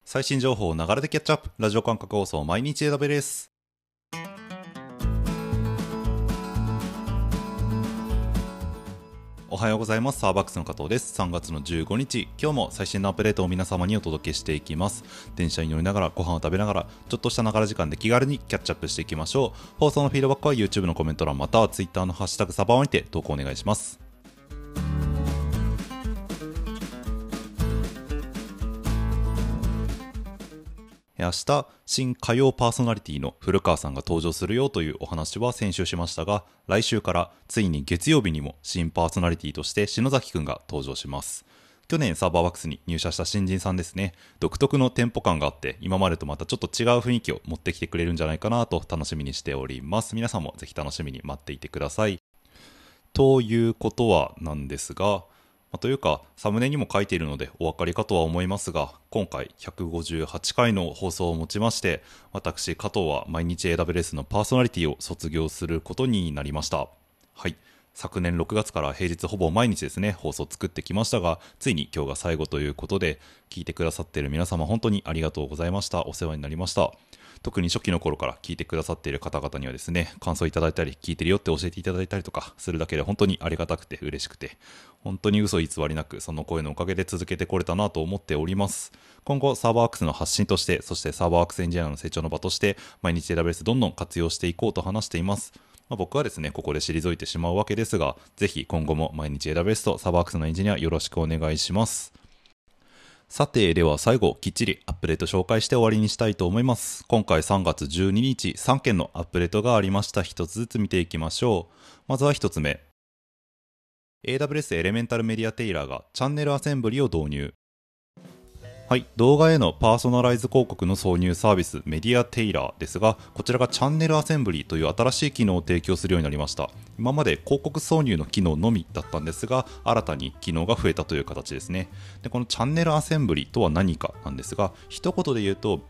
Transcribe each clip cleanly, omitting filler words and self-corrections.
最新情報をながらでキャッチアップ、ラジオ感覚放送毎日 AW です。おはようございます。サーバックスの加藤です。3月の15日、今日も最新のアップデートを皆様にお届けしていきます。電車に乗りながら、ご飯を食べながら、ちょっとしたながら時間で気軽にキャッチアップしていきましょう。放送のフィードバックは YouTube のコメント欄または Twitter のハッシュタグサバをにて投稿お願いします。明日、新火曜パーソナリティの古川さんが登場するよというお話は先週しましたが、来週からついに月曜日にも新パーソナリティとして篠崎くんが登場します。去年サーバーワックスに入社した新人さんですね。独特のテンポ感があって、今までとまたちょっと違う雰囲気を持ってきてくれるんじゃないかなと楽しみにしております。皆さんもぜひ楽しみに待っていてください。ということはなんですが、というかサムネにも書いているのでお分かりかとは思いますが、今回158回の放送をもちまして、私加藤は毎日 AWS のパーソナリティを卒業することになりました。はい、昨年6月から平日ほぼ毎日ですね、放送を作ってきましたが、ついに今日が最後ということで、聞いてくださっている皆様本当にありがとうございました。お世話になりました。特に初期の頃から聞いてくださっている方々にはですね、感想いただいたり、聞いてるよって教えていただいたりとかするだけで本当にありがたくて嬉しくて、本当に嘘偽りなくその声のおかげで続けてこれたなと思っております。今後サーバーワークスの発信として、そしてサーバーワークスエンジニアの成長の場として毎日 AWS どんどん活用していこうと話しています。僕はですね、ここで退いてしまうわけですが、ぜひ今後も毎日 AWS とサーバーワークスのエンジニアよろしくお願いします。さて、では最後きっちりアップデート紹介して終わりにしたいと思います。今回3月12日3件のアップデートがありました。一つずつ見ていきましょう。まずは一つ目、 AWS エレメンタルメディアテイラーがチャンネルアセンブリを導入。はい、動画へのパーソナライズ広告の挿入サービスメディアテイラーですが、こちらがチャンネルアセンブリという新しい機能を提供するようになりました。今まで広告挿入の機能のみだったんですが、新たに機能が増えたという形ですね。で、このチャンネルアセンブリとは何かなんですが、一言で言うと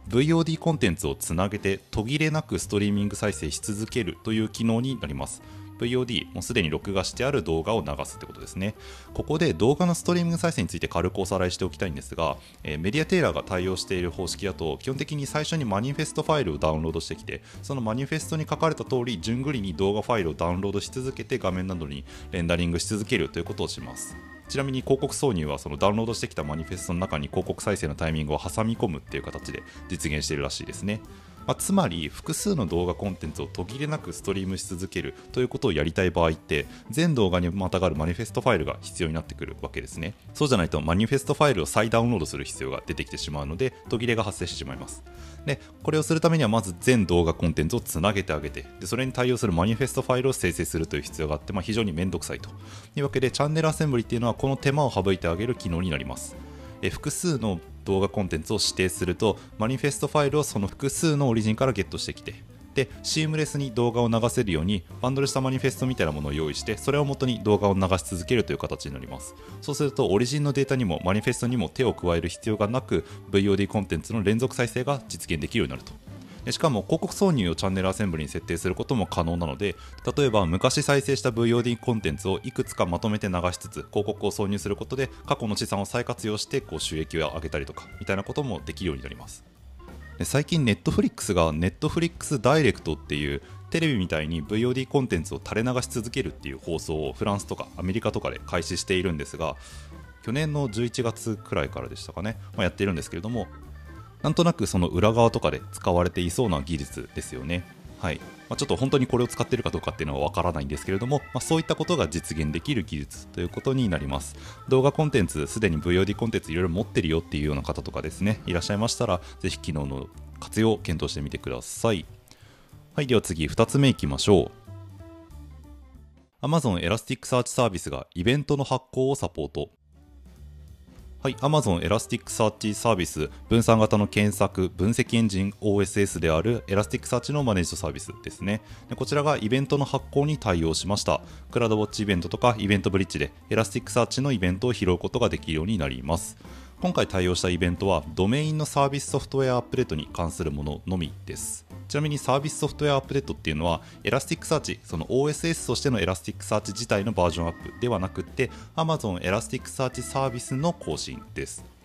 VOD コンテンツをつなげて途切れなくストリーミング再生し続けるという機能になります。VOD、もうすでに録画してある動画を流すってことですね。ここで動画のストリーミング再生について軽くおさらいしておきたいんですが、メディアテイラーが対応している方式だと、基本的に最初にマニフェストファイルをダウンロードしてきて、そのマニフェストに書かれた通り順繰りに動画ファイルをダウンロードし続けて画面などにレンダリングし続けるということをします。ちなみに広告挿入はそのダウンロードしてきたマニフェストの中に広告再生のタイミングを挟み込むっていう形で実現しているらしいですね。つまり複数の動画コンテンツを途切れなくストリームし続けるということをやりたい場合って、全動画にまたがるマニフェストファイルが必要になってくるわけですね。そうじゃないとマニフェストファイルを再ダウンロードする必要が出てきてしまうので、途切れが発生してしまいます。で、これをするためにはまず全動画コンテンツをつなげてあげて、でそれに対応するマニフェストファイルを生成するという必要があって、非常にめんどくさいというわけで、チャンネルアセンブリっていうのはこの手間を省いてあげる機能になります。複数の動画コンテンツを指定すると、マニフェストファイルをその複数のオリジンからゲットしてきて、でシームレスに動画を流せるようにバンドルしたマニフェストみたいなものを用意して、それを元に動画を流し続けるという形になります。そうするとオリジンのデータにもマニフェストにも手を加える必要がなく、 VOD コンテンツの連続再生が実現できるようになると。しかも広告挿入をチャンネルアセンブリに設定することも可能なので、例えば昔再生した VOD コンテンツをいくつかまとめて流しつつ広告を挿入することで、過去の資産を再活用して収益を上げたりとかみたいなこともできるようになります。で、最近 Netflix が Netflix ダイレクトっていうテレビみたいに VOD コンテンツを垂れ流し続けるっていう放送をフランスとかアメリカとかで開始しているんですが、去年の11月くらいからでしたかね、やっているんですけれども、なんとなくその裏側とかで使われていそうな技術ですよね。はい、ちょっと本当にこれを使っているかどうかっていうのはわからないんですけれども、そういったことが実現できる技術ということになります。動画コンテンツ、すでに VOD コンテンツいろいろ持ってるよっていうような方とかですね、いらっしゃいましたら、ぜひ機能の活用を検討してみてください。はい、では次2つ目いきましょう。 Amazon エラスティックサーチサービスがイベントの発行をサポート。はい、Amazon エラスティックサーチサービス、分散型の検索分析エンジン OSS であるエラスティックサーチのマネージドサービスですね。で、こちらがイベントの発行に対応しました。クラウドウォッチイベントとかイベントブリッジでエラスティックサーチのイベントを拾うことができるようになります。今回対応したイベントはドメインのサービスソフトウェアアップデートに関するもののみです。ちなみにサービスソフトウェアアップデートっていうのはエラスティックサーチ、その OSS としてのエラスティックサーチ自体のバージョンアップではなくって Amazon エラスティックサーチサービスの更新です。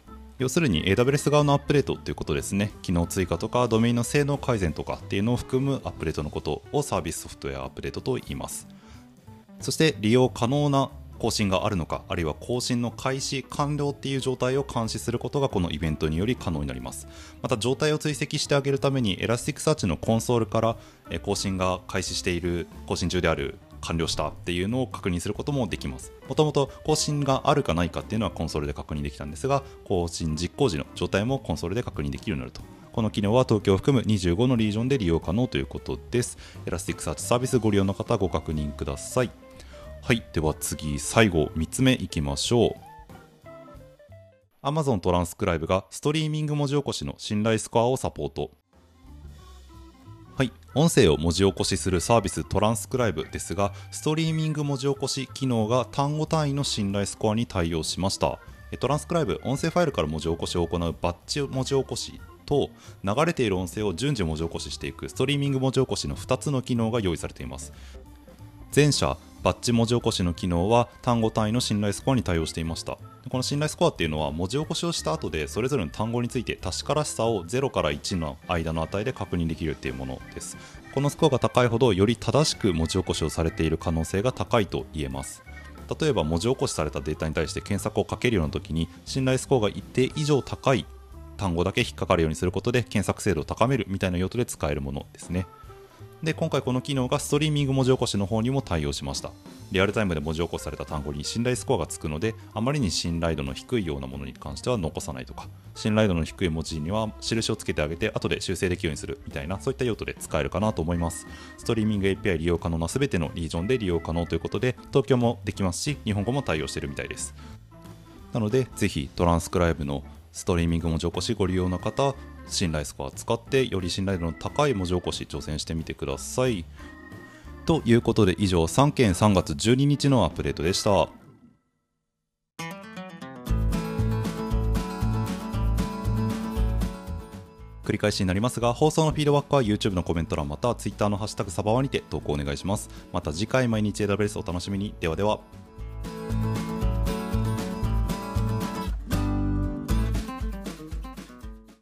要するに AWS 側のアップデートということですね。機能追加とかドメインの性能改善とかっていうのを含むアップデートのことをサービスソフトウェアアップデートと言います。そして利用可能な更新があるのか、あるいは更新の開始完了っていう状態を監視することがこのイベントにより可能になります。また状態を追跡してあげるためにエラスティックサーチのコンソールから更新が開始している、更新中である、完了したっていうのを確認することもできます。もともと更新があるかないかっていうのはコンソールで確認できたんですが、更新実行時の状態もコンソールで確認できるようになると。この機能は東京を含む25のリージョンで利用可能ということです。エラスティックサーチサービスご利用の方はご確認ください。はい、では次、最後3つ目いきましょう。 Amazon トランスクライブがストリーミング文字起こしの信頼スコアをサポート。はい、音声を文字起こしするサービストランスクライブですが、ストリーミング文字起こし機能が単語単位の信頼スコアに対応しました。トランスクライブ、音声ファイルから文字起こしを行うバッチ文字起こしと、流れている音声を順次文字起こししていくストリーミング文字起こしの2つの機能が用意されています。前者バッチ文字起こしの機能は単語単位の信頼スコアに対応していました。この信頼スコアっていうのは文字起こしをした後でそれぞれの単語について確からしさを0から1の間の値で確認できるっていうものです。このスコアが高いほどより正しく文字起こしをされている可能性が高いと言えます。例えば文字起こしされたデータに対して検索をかけるような時に信頼スコアが一定以上高い単語だけ引っかかるようにすることで検索精度を高めるみたいな用途で使えるものですね。で、今回この機能がストリーミング文字起こしの方にも対応しました。リアルタイムで文字起こしされた単語に信頼スコアがつくので、あまりに信頼度の低いようなものに関しては残さないとか、信頼度の低い文字には印をつけてあげて後で修正できるようにするみたいな、そういった用途で使えるかなと思います。ストリーミング API 利用可能な全てのリージョンで利用可能ということで、東京もできますし日本語も対応しているみたいです。なのでぜひトランスクライブのストリーミング文字起こしご利用の方、信頼スコアを使ってより信頼度の高い文字起こし挑戦してみてください。ということで以上3件3月12日のアップデートでした。繰り返しになりますが、放送のフィードバックは YouTube のコメント欄または Twitter のハッシュタグサバワにて投稿お願いします。また次回毎日 AWS お楽しみに。ではでは。